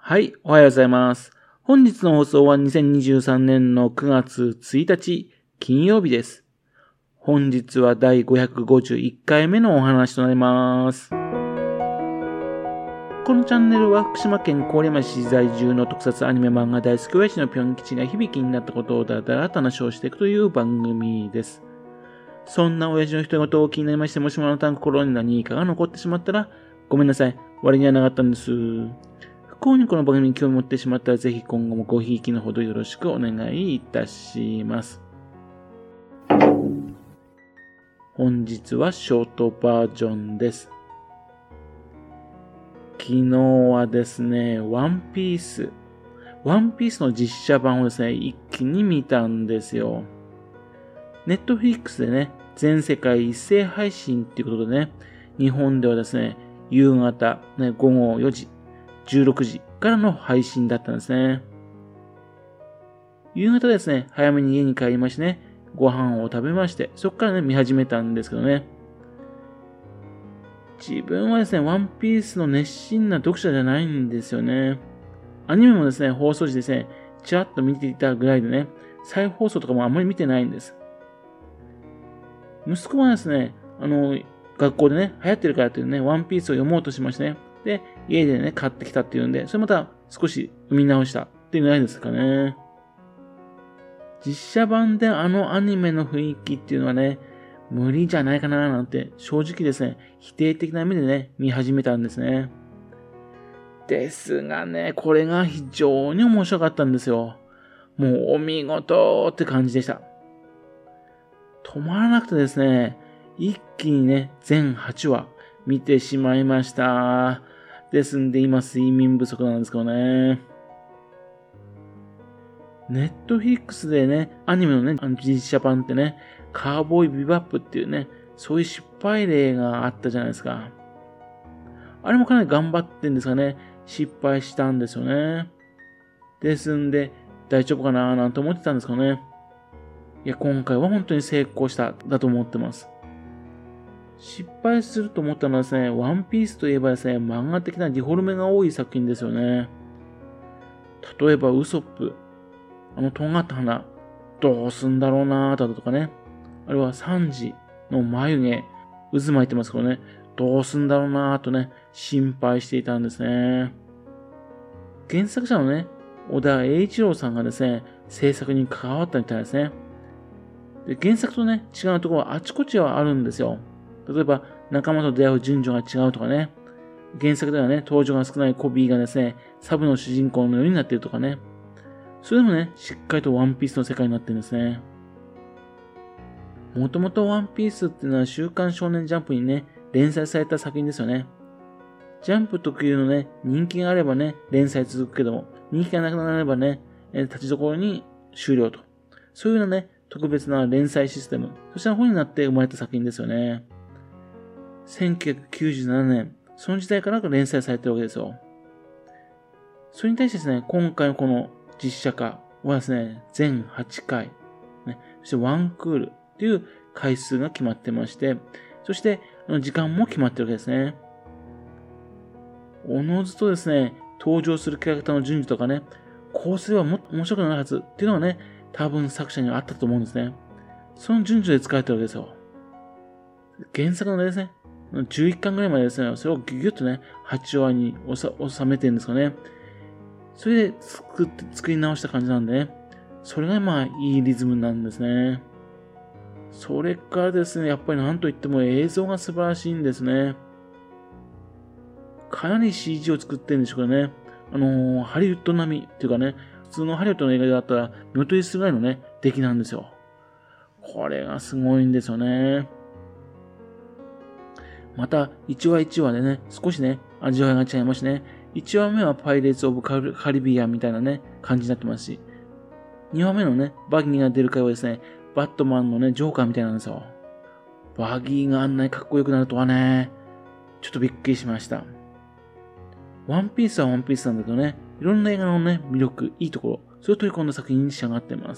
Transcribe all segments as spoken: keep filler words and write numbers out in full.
はい、おはようございます。本日の放送はにせんにじゅうさんねんのくがつついたち金曜日です。本日はだいごひゃくごじゅういっかいめのお話となります。このチャンネルは福島県郡山市在住の特撮アニメ漫画大好き親父のぴょん吉が響きになったことをだらだらと話をしていくという番組です。そんな親父の一言を気になりまして、もしもあなたの心に何かが残ってしまったらごめんなさい。割にはなかったんです。不幸にこの番組に興味を持ってしまったら、ぜひ今後もごひいきのほどよろしくお願いいたします。本日はショートバージョンです。昨日はですね、ワンピース。ワンピースの実写版をですね、一気に見たんですよ。ネットフリックスでね、全世界一斉配信っていうことでね、日本ではですね、夕方、ね、ごごよじ、じゅうろくじからの配信だったんですね。夕方ですね、早めに家に帰りましてね、ご飯を食べまして、そこからね、見始めたんですけどね。自分はですね、ワンピースの熱心な読者じゃないんですよね。アニメもですね、放送時ですね、ちらっと見ていたぐらいでね、再放送とかもあんまり見てないんです。息子はですね、あの、学校でね、流行ってるからっていうね、ワンピースを読もうとしましてね、で、家でね、買ってきたっていうんで、それまた少し読み直したっていうぐらいですかね。実写版であのアニメの雰囲気っていうのはね、無理じゃないかななんて、正直ですね、否定的な目でね、見始めたんですね。ですがね、これが非常に面白かったんですよ。もうお見事って感じでした。止まらなくてですね、一気にね、全はちわ見てしまいました。ですんで今睡眠不足なんですけどね。ネットフリックスでね、アニメのね、あの実写版ってね、カーボーイビバップっていうね、そういう失敗例があったじゃないですか。あれもかなり頑張ってんですがね、失敗したんですよね。ですんで、大丈夫かなーなんて思ってたんですけどね。いや、今回は本当に成功した、だと思ってます。失敗すると思ったのはですね、ワンピースといえばですね、漫画的なディフォルメが多い作品ですよね。例えば、ウソップ。あの、尖った鼻。どうすんだろうなーだとかね。あるいは、サンジの眉毛。渦巻いてますけどね。どうすんだろうなーとね、心配していたんですね。原作者のね、小田栄一郎さんがですね、制作に関わったみたいですね。で、原作とね、違うところはあちこちはあるんですよ。例えば、仲間と出会う順序が違うとかね。原作ではね、登場が少ないコビーがですね、サブの主人公のようになっているとかね。それでもね、しっかりとワンピースの世界になってるんですね。もともとワンピースっていうのは週刊少年ジャンプにね、連載された作品ですよね。ジャンプ特有のね、人気があればね、連載続くけども、人気がなくなればね、立ちどころに終了と。そういうようなね、特別な連載システム、そちらの方になって生まれた作品ですよね。せんきゅうひゃくきゅうじゅうななねん、その時代から連載されてるわけですよ。それに対してですね、今回のこの実写化はですね、全はちかい、ね、そしてワンクールっていう回数が決まってまして、そして時間も決まってるわけですね。おのずとですね、登場するキャラクターの順序とかね、こうすればもっと面白くなるはずっていうのはね、多分作者にはあったと思うんですね。その順序で使われてるわけですよ。原作のですね、じゅういっかんぐらいまでですね、それをギュギュッとね、はちわに収めてるんですかね。それで作って、作り直した感じなんでね、それがまあいいリズムなんですね。それからですね、やっぱりなんといっても映像が素晴らしいんですね。かなり シージー を作ってるんでしょうけどね。あのー、ハリウッド並みっていうかね、普通のハリウッドの映画だったら見劣りするぐらいのね、出来なんですよ。これがすごいんですよね。また、いちわいちわでね、少しね、味わいが違いますしね。いちわめはパイレーツ・オブ・カリビアンみたいなね、感じになってますし。にわめのね、バギーが出る回はですね、バットマンのね、ジョーカーみたいなんですよ。バギーがあんなにかっこよくなるとはね、ちょっとびっくりしました。ワンピースはワンピースなんだけどね、いろんな映画のね、魅力、いいところ、それを取り込んだ作品に仕上がっています。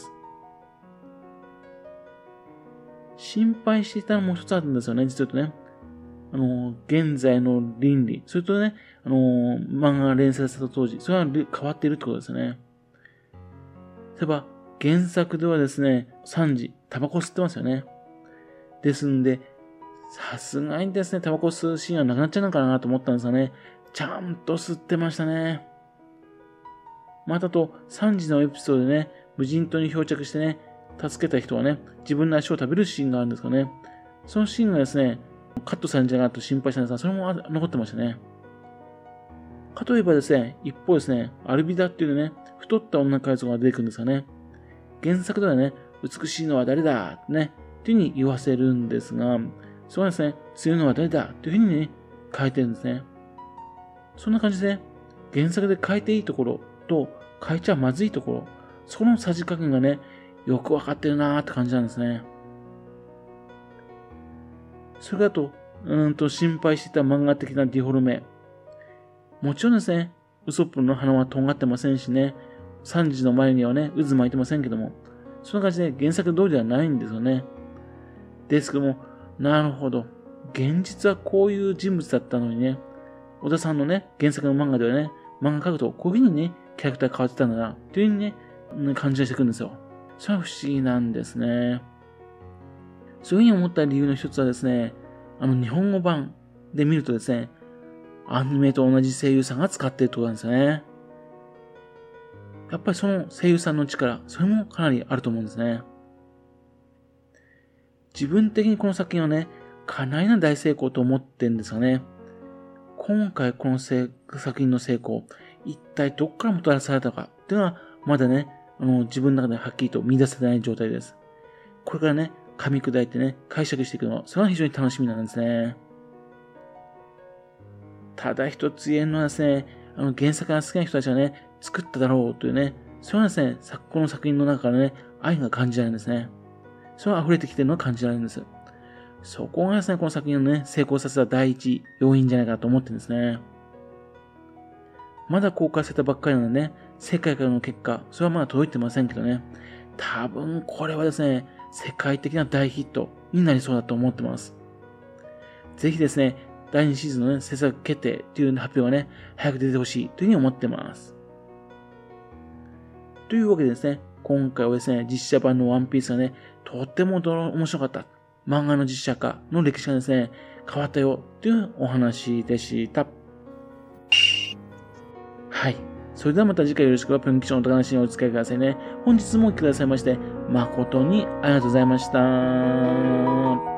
心配していたのも一つあるんですよね、実は言うとね。 あの、現在の倫理、それとね、あの、漫画が連載された当時、それは変わっているってことですよね。例えば、原作ではですね、サンジ、タバコ吸ってますよね。ですんで、さすがにですね、タバコ吸うシーンはなくなっちゃうのかなと思ったんですがね、ちゃんと吸ってましたね。またと、サンジのエピソードでね、無人島に漂着してね、助けた人はね、自分の足を食べるシーンがあるんですかね。そのシーンがですね、カットされるんじゃないかと心配したんですが、それも残ってましたね。かといえばですね、一方ですね、アルビダっていうね、太った女海賊が出てくるんですがね、原作ではね、美しいのは誰だってね、っていうふうに言わせるんですが、それはですね、強いのは誰だっていうふうにね、書いてるんですね。そんな感じで、ね、原作で書いていいところと書いちゃまずいところ、そこのさじ加減がね、よくわかってるなーって感じなんですね。それからと、うーんと心配していた漫画的なディフォルメ。もちろんですね、ウソップの鼻はとんがってませんしね、サンジの眉にはね、渦巻いてませんけども、そんな感じで原作通りではないんですよね。ですけども、なるほど。現実はこういう人物だったのにね、小田さんのね、原作の漫画ではね、漫画描くとこういう風にね、キャラクター変わってたんだな、という風にね、感じがしてくるんですよ。それは不思議なんですね。そういう風に思った理由の一つはですね、あの日本語版で見るとですね、アニメと同じ声優さんが使っているってことなんですよね。やっぱりその声優さんの力、それもかなりあると思うんですね。自分的にこの作品はね、かなりな大成功と思ってるんですがね、今回この作品の成功、一体どこからもたらされたかっていうのは、まだね、あの自分の中ではっきりと見出せてない状態です。これからね、噛み砕いてね、解釈していくの、それは非常に楽しみなんですね。ただ一つ言えるのはですね、あの原作が好きな人たちがね、作っただろうというね、それはですね、この作品の中からね、愛が感じられるんですね。それは溢れてきてるのが感じられるんです。そこがですね、この作品をね、成功させた第一要因じゃないかと思ってるんですね。まだ公開されたばっかりなのでね、世界からの結果、それはまだ届いてませんけどね、多分これはですね、世界的な大ヒットになりそうだと思ってます。ぜひですね、だいにシーズンの、ね、制作決定という発表がね、早く出てほしいというふうに思ってます。というわけでですね、今回はですね、実写版のワンピースがね、とっても面白かった。漫画の実写化の歴史がですね、変わったよというお話でした。はい。それではまた次回よろしくぷんきちょのお話にお付き合いくださいね。本日もお聞きくださいまして、誠にありがとうございました。